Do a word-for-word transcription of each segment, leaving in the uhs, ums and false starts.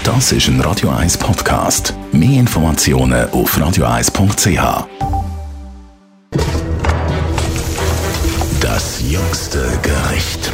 Das ist ein Radio eins Podcast. Mehr Informationen auf radio eins punkt c h. Das jüngste Gericht.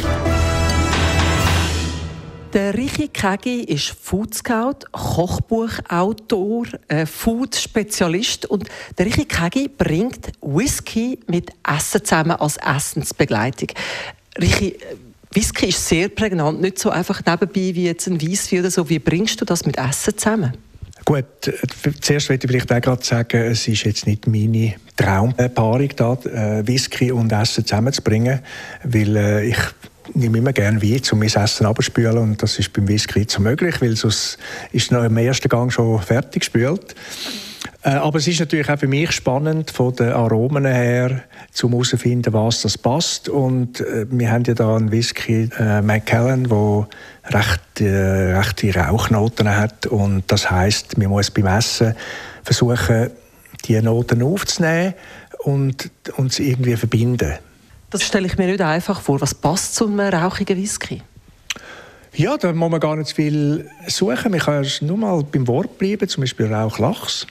Der Richi Kägi ist Food Scout, Kochbuchautor, äh, Food-Spezialist und der Richi Kägi bringt Whisky mit Essen zusammen als Essensbegleitung. Richi, Whisky ist sehr prägnant, nicht so einfach nebenbei wie jetzt ein Weisswein oder so. Wie bringst du das mit Essen zusammen? Gut, zuerst möchte ich vielleicht auch gerade sagen, es ist jetzt nicht meine Traumpaarung, da, äh, Whisky und Essen zusammenzubringen, weil äh, ich nehme immer gerne Wein, um mein Essen abzuspülen, und das ist beim Whisky nicht so möglich, weil sonst ist noch im ersten Gang schon fertig gespült. Äh, aber es ist natürlich auch für mich spannend, von den Aromen her, um herauszufinden, was das passt. Und äh, wir haben ja da einen Whisky, äh, Macallan, der recht, äh, rechte Rauchnoten hat. Und das heisst, man muss beim Essen versuchen, diese Noten aufzunehmen und uns irgendwie verbinden. Das stelle ich mir nicht einfach vor. Was passt zu einem rauchigen Whisky? Ja, da muss man gar nicht zu viel suchen. Man kann nur mal beim Wort bleiben, zum Beispiel Rauchlachs.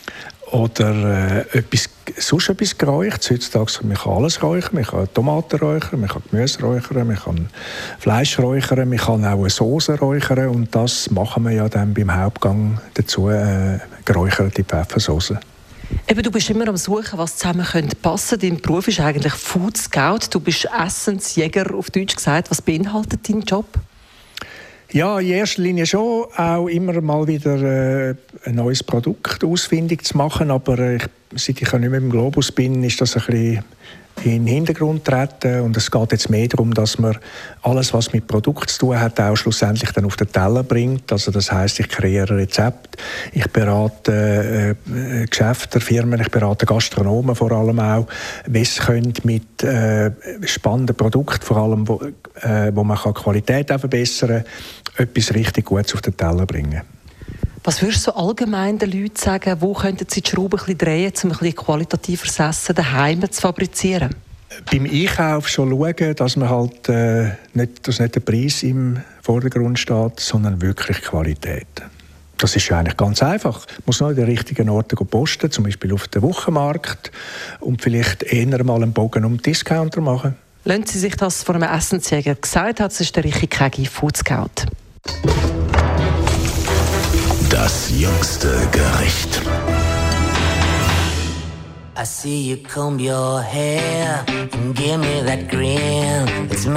Oder äh, etwas, sonst etwas geräuchert. Heutzutage man kann alles räuchern. Man kann Tomaten räuchern, man kann Gemüse räuchern, man kann Fleisch räuchern, man kann auch eine Sauce räuchern. Und das machen wir ja dann beim Hauptgang dazu, äh, geräucherte Pfeffersauce. Eben, du bist immer am Suchen, was zusammen könnte passen. Dein Beruf ist eigentlich Food Scout. Du bist Essensjäger, auf Deutsch gesagt. Was beinhaltet dein Job? Ja, in erster Linie schon auch immer mal wieder äh, ein neues Produkt ausfindig zu machen. Aber äh, ich, seit ich nicht mehr im Globus bin, ist das ein bisschen in den Hintergrund treten. Und es geht jetzt mehr darum, dass man alles, was mit Produkt zu tun hat, auch schlussendlich dann auf den Teller bringt. Also das heisst, ich kreiere Rezepte, ich berate äh, Geschäfte, Firmen, ich berate Gastronomen vor allem auch, wie sie können mit äh, spannenden Produkten, vor allem wo, äh, wo man kann Qualität auch verbessern kann, etwas richtig Gutes auf den Teller bringen. Was würdest du so allgemein den Leuten sagen, wo könnten sie die Schraube ein bisschen drehen, um ein bisschen qualitatives Essen daheim zu fabrizieren? Beim Einkauf schon schauen, dass man halt äh, nicht, dass nicht der Preis im Vordergrund steht, sondern wirklich Qualität. Das ist ja eigentlich ganz einfach. Man muss nur an den richtigen Orten posten, zum Beispiel auf dem Wochenmarkt, und vielleicht eher mal einen Bogen um den Discounter machen. Lassen Sie sich das von einem Essensjäger gesagt haben, das ist der Richi Kägi, Food Scout. Das jüngste Gericht. I see you comb your hair and give me that grin. It's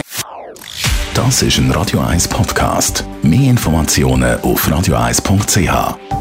Das ist ein Radio eins Podcast. Mehr Informationen auf radio eins punkt c h.